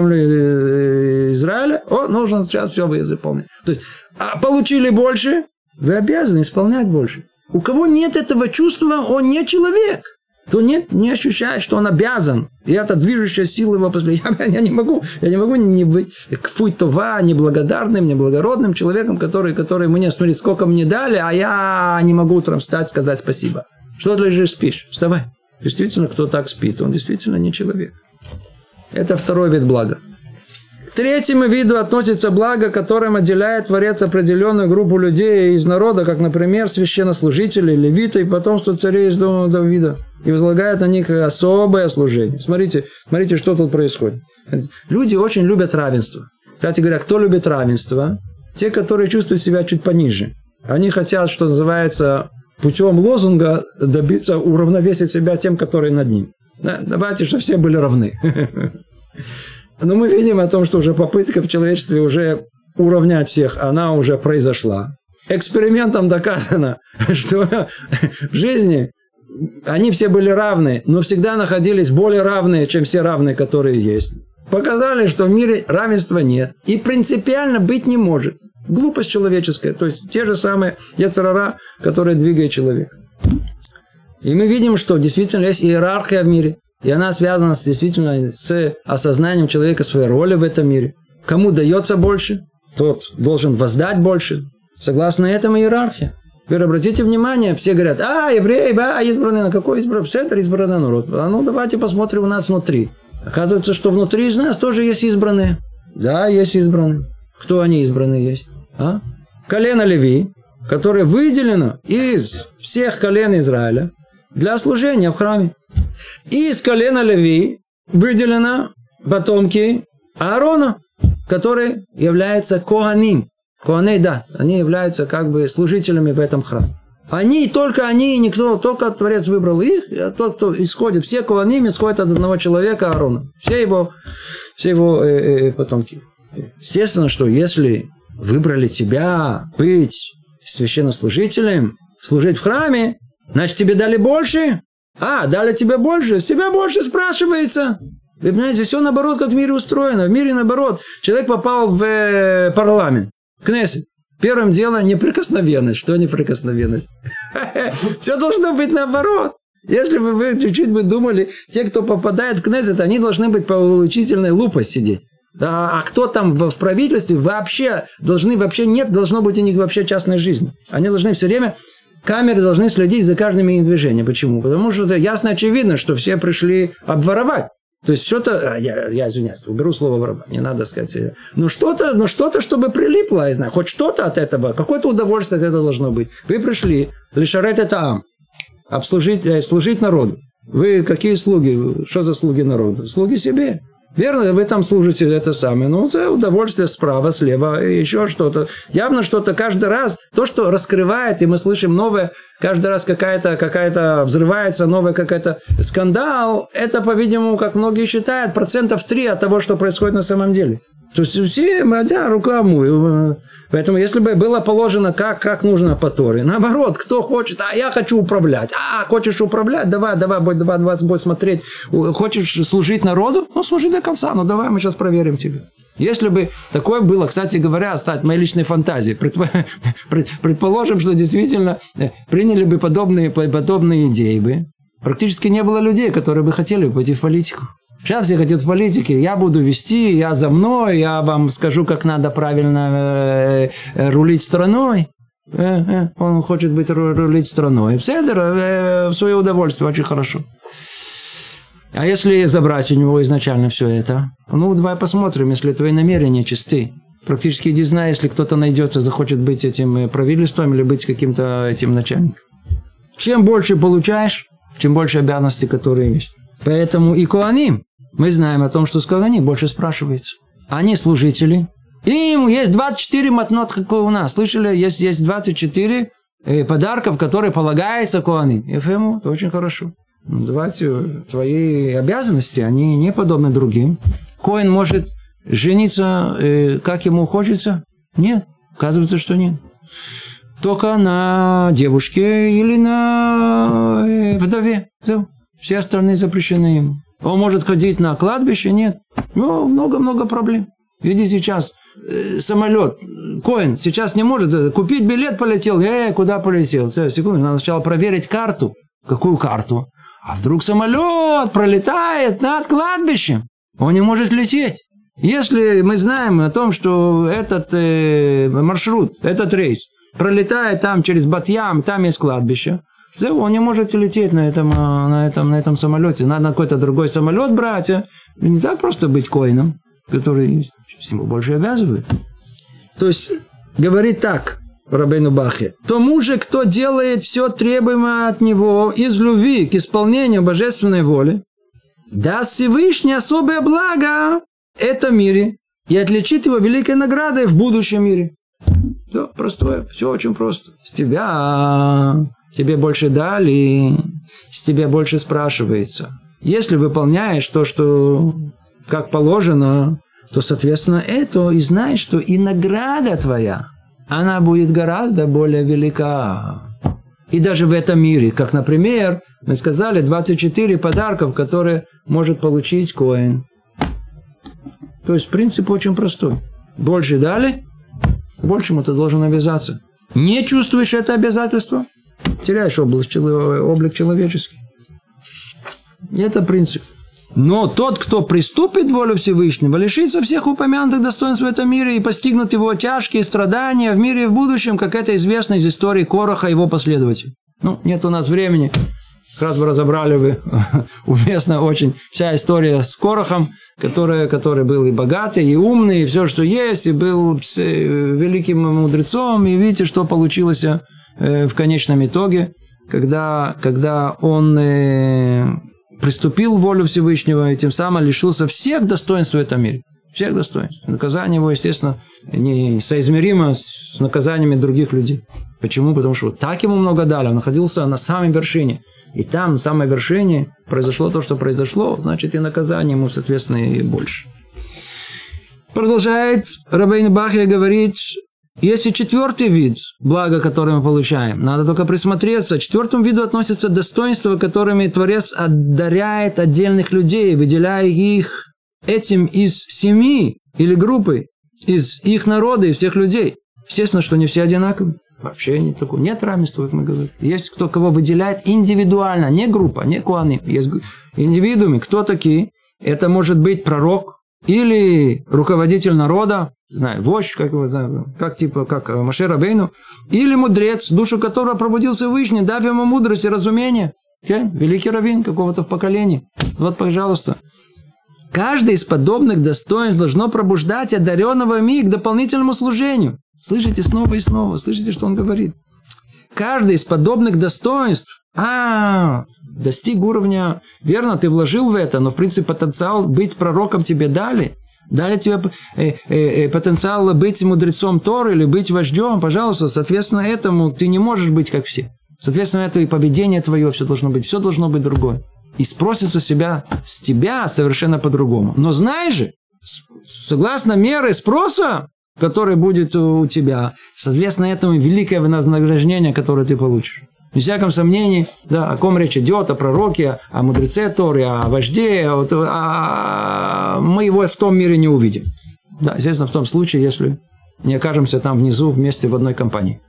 землю Израиля, нужно сейчас все выполнить. То есть, получили больше, вы обязаны исполнять больше. У кого нет этого чувства, он не человек. Кто не ощущает, что он обязан. И это движущая сила его после. Я не могу не быть кфуй-това, неблагодарным, неблагородным человеком, который мне, смотри, сколько мне дали, а я не могу утром встать, сказать спасибо. Что ты лежишь, спишь? Вставай. Действительно, кто так спит, он действительно не человек. Это второй вид блага. К третьему виду относится благо, которым отделяет Творец определенную группу людей из народа, как, например, священнослужители, левиты и потомство царей из дома Давида, и возлагает на них особое служение. Смотрите, что тут происходит. Люди очень любят равенство. Кстати говоря, кто любит равенство? Те, которые чувствуют себя чуть пониже. Они хотят, что называется, путем лозунга добиться, уравновесить себя тем, которые над ним. Давайте, чтобы все были равны. Но мы видим о том, что уже попытка в человечестве уже уравнять всех, она уже произошла. Экспериментом доказано, что в жизни они все были равны, но всегда находились более равные, чем все равные, которые есть. Показали, что в мире равенства нет. И принципиально быть не может. Глупость человеческая. То есть те же самые йецер ара, которые двигают человека. И мы видим, что действительно есть иерархия в мире. И она связана действительно с осознанием человека своей роли в этом мире. Кому дается больше, тот должен воздать больше. Согласно этому иерархия. Теперь обратите внимание, все говорят: евреи, избранный, на какой избранный? Это избранный народ. Давайте посмотрим у нас внутри. Оказывается, что внутри из нас тоже есть избранные. Да, есть избранные. Кто они избранные есть? Колено Леви, которое выделено из всех колен Израиля для служения в храме. И из колена Леви выделено потомки Аарона, которые являются коаним. Коаней, да, они являются как бы служителями в этом храме. Только они, никто, только Творец выбрал их, а тот, кто исходит, все коаним исходят от одного человека, Аарона. Все его потомки. Естественно, что если выбрали тебя быть священнослужителем, служить в храме, значит, тебе дали больше. Дали тебе больше, с тебя больше спрашивается. Вы понимаете, все наоборот, как в мире устроено. В мире наоборот. Человек попал в парламент, Кнессет. Первым делом неприкосновенность. Что неприкосновенность? Все должно быть наоборот. Если бы вы чуть-чуть бы думали, те, кто попадает в Кнессет, они должны быть по улучшительной лупой сидеть. А кто там в правительстве вообще нет, должно быть у них вообще частной жизни. Они должны все время, камеры должны следить за каждым их движением. Почему? Потому что это ясно очевидно, что все пришли обворовать. То есть что-то, я извиняюсь, уберу слово воровать, не надо сказать. Но что-то, чтобы прилипло, я знаю, хоть что-то от этого, какое-то удовольствие от этого должно быть. Вы пришли, лишарет это служить народу. Вы какие слуги? Что за слуги народу? Слуги себе. Верно, вы там служите это самое. Ну, это удовольствие справа, слева, и еще что-то. Явно что-то каждый раз, то, что раскрывает, и мы слышим новое, каждый раз какая-то взрывается, новый какой-то скандал, это, по-видимому, как многие считают, 3% от того, что происходит на самом деле. То есть все, рука мою. Поэтому, если бы было положено, как нужно по Торе, наоборот, кто хочет, я хочу управлять. Хочешь управлять? Давай, будь смотреть. Хочешь служить народу? Ну, служи до конца. Ну, давай, мы сейчас проверим тебя. Если бы такое было, кстати говоря, стать моей личной фантазией, предположим, что действительно приняли бы подобные идеи бы, практически не было людей, которые бы хотели пойти в политику. Сейчас все хотят в политике, я буду вести, я за мной, я вам скажу, как надо правильно рулить страной. Он хочет рулить страной. В свое удовольствие, очень хорошо. А если забрать у него изначально все это? Ну, давай посмотрим, если твои намерения чисты. Практически не знаю, если кто-то найдется, захочет быть этим правительством или быть каким-то этим начальником. Чем больше получаешь, тем больше обязанностей, которые есть. Поэтому и коаним, мы знаем о том, что с коаним больше спрашивается. Они служители. Им есть 24 матнот, как у нас. Слышали? Есть 24 подарков, которые полагаются коаним. Ефему, это очень хорошо. Давайте, твои обязанности, они не подобны другим. Коэн может жениться, как ему хочется? Нет. Оказывается, что нет. Только на девушке или на вдове. Все остальные запрещены ему. Он может ходить на кладбище? Нет. Ну, много проблем. Видите, сейчас самолет, Коэн сейчас не может купить билет, полетел. Куда полетел? Секунду, надо сначала проверить карту. Какую карту? А вдруг самолет пролетает над кладбищем? Он не может лететь. Если мы знаем о том, что этот маршрут, этот рейс пролетает там через Батьям, там есть кладбище, он не может лететь на этом самолете. Надо какой-то другой самолет брать. Не так просто быть коином, который ему больше обязывает. То есть, говорит так Рабейну Бахе: тому же, кто делает все требуемое от него из любви к исполнению божественной воли, даст Всевышний особое благо в этом мире и отличит его великой наградой в будущем мире. Все простое, все очень просто. Тебе больше дали, с тебя больше спрашивается. Если выполняешь то, что как положено, то, соответственно, это и знаешь, что и награда твоя, она будет гораздо более велика. И даже в этом мире, как, например, мы сказали, 24 подарков, которые может получить коэн. То есть принцип очень простой. Больше дали, большему ты должен обязаться. Не чувствуешь это обязательство, теряешь облик человеческий. Это принцип. Но тот, кто приступит волю Всевышнего, лишится всех упомянутых достоинств в этом мире и постигнут его тяжкие страдания в мире и в будущем, как это известно из истории Кораха и его последователей. Нет у нас времени. Как раз бы разобрали бы уместно очень вся история с Корахом, который был и богатый, и умный, и все, что есть, и был великим мудрецом. И видите, что получилось в конечном итоге, когда он приступил в волю Всевышнего и тем самым лишился всех достоинств в этом мире. Всех достоинств. Наказание его, естественно, не соизмеримо с наказаниями других людей. Почему? Потому что так ему много дали. Он находился на самой вершине. И там, на самой вершине, произошло то, что произошло, значит, и наказание ему, соответственно, и больше. Продолжает Рабейну Бахья говорить, есть и четвертый вид блага, который мы получаем. Надо только присмотреться. К четвертому виду относятся достоинства, которыми Творец одаряет отдельных людей, выделяя их этим из семьи или группы, из их народа и всех людей. Естественно, что не все одинаковые. Вообще нет такого. Нет равенства, как мы говорим. Есть кто кого выделяет индивидуально, не группа, не куаны. Есть индивидуумы. Кто такие? Это может быть пророк или руководитель народа, знаю, вождь, как Моше Рабейну, или мудрец, душу которого пробудил Всевышний, дав ему мудрость и разумение. Великий раввин какого-то в поколении. Вот, пожалуйста. Каждое из подобных достоинств должно пробуждать одаренного ими к дополнительному служению. Слышите снова и снова, слышите, что он говорит. Каждое из подобных достоинств, достиг уровня, верно, ты вложил в это, но в принципе потенциал быть пророком тебе дали. Дали тебе потенциал быть мудрецом Торы или быть вождем, пожалуйста, соответственно этому ты не можешь быть как все. Соответственно, это и поведение твое все должно быть другое. И спросится с тебя совершенно по-другому. Но знаешь же, согласно мере спроса, который будет у тебя, соответственно, этому великое вознаграждение, которое ты получишь. Без всяком сомнении, да, о ком речь идет, о пророке, о мудреце Торы, о вожде, мы его в том мире не увидим. Да, естественно, в том случае, если не окажемся там внизу вместе в одной компании.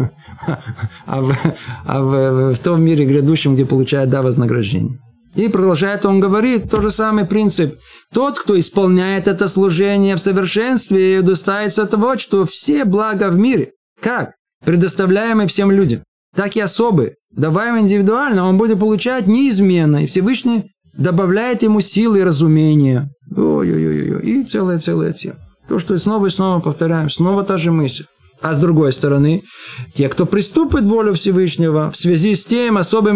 А в том мире грядущем, где получает вознаграждение. И продолжает он говорить, тот же самый принцип. Тот, кто исполняет это служение в совершенстве, удостоится того, что все блага в мире, как предоставляемые всем людям, так и особые, даваемые индивидуально, он будет получать неизменно. И Всевышний добавляет ему силы и разумения. Ой-ой-ой. И целая тема. То, что и снова повторяем, снова та же мысль. А с другой стороны, те, кто приступит волю Всевышнего в связи с теми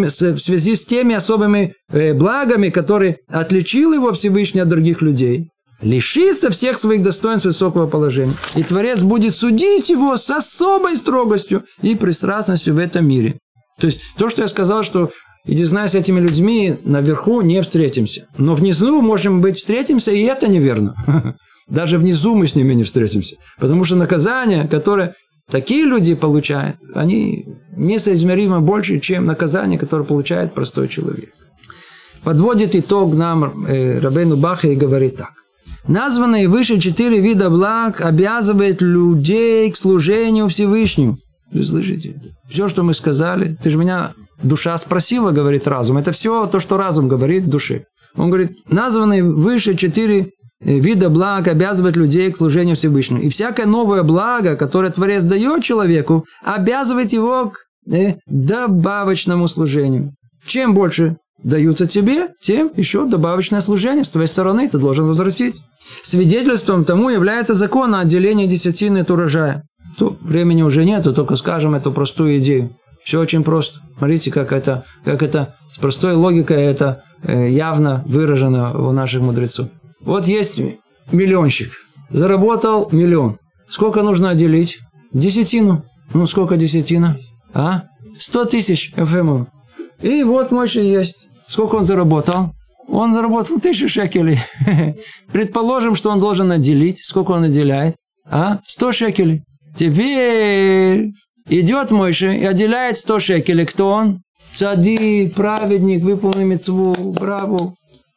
особыми благами, которые отличил его Всевышний от других людей, лишится всех своих достоинств высокого положения. И Творец будет судить его с особой строгостью и пристрастностью в этом мире. То есть, то, что я сказал, что иди знай, с этими людьми наверху не встретимся. Но внизу, можем быть, встретимся, и это неверно. Даже внизу мы с ними не встретимся. Потому что наказание, которое такие люди получают, они несоизмеримо больше, чем наказание, которое получает простой человек. Подводит итог нам Рабейну Бахья и говорит так. Названные выше 4 вида благ обязывают людей к служению Всевышнему. Вы слышите? Все, что мы сказали, ты же меня душа спросила, говорит разум. Это все то, что разум говорит душе. Он говорит, названные выше 4 вида благ обязывает людей к служению Всевышнему. И всякое новое благо, которое Творец дает человеку, обязывает его к добавочному служению. Чем больше даются тебе, тем еще добавочное служение с твоей стороны ты должен возвратить. Свидетельством тому является закон о отделении десятины от урожая. То времени уже нету, только скажем эту простую идею. Все очень просто. Смотрите, как это с простой логикой это явно выражено у наших мудрецов. Вот есть миллионщик, заработал 1 миллион. Сколько нужно отделить? Десятину. Ну, сколько десятина? 100 тысяч ФМ. И вот Моше есть. Сколько он заработал? Он заработал 1000 шекелей. Предположим, что он должен отделить. Сколько он отделяет? 100 шекелей. Теперь идет Моше и отделяет 100 шекелей. Кто он? Цадик, праведник, выполнил мицву, браво.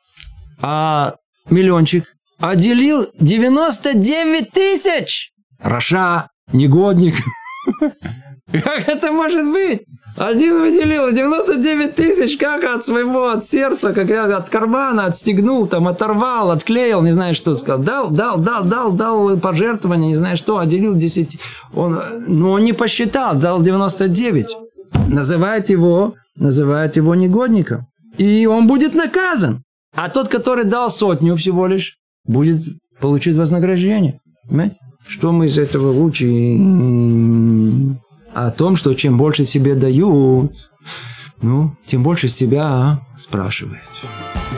А миллиончик отделил 99 тысяч. Раша, негодник. Как это может быть? Один выделил 99 тысяч, как от сердца, как от кармана отстегнул, там оторвал, отклеил, не знаю что сказал. Дал пожертвование, не знаю что, отделил 10. Но он не посчитал, дал 99. Называет его негодником. И он будет наказан. А тот, который дал 100 всего лишь, будет получить вознаграждение. Понимаете? Что мы из этого учим? О том, что чем больше себе дают, тем больше с тебя спрашивают.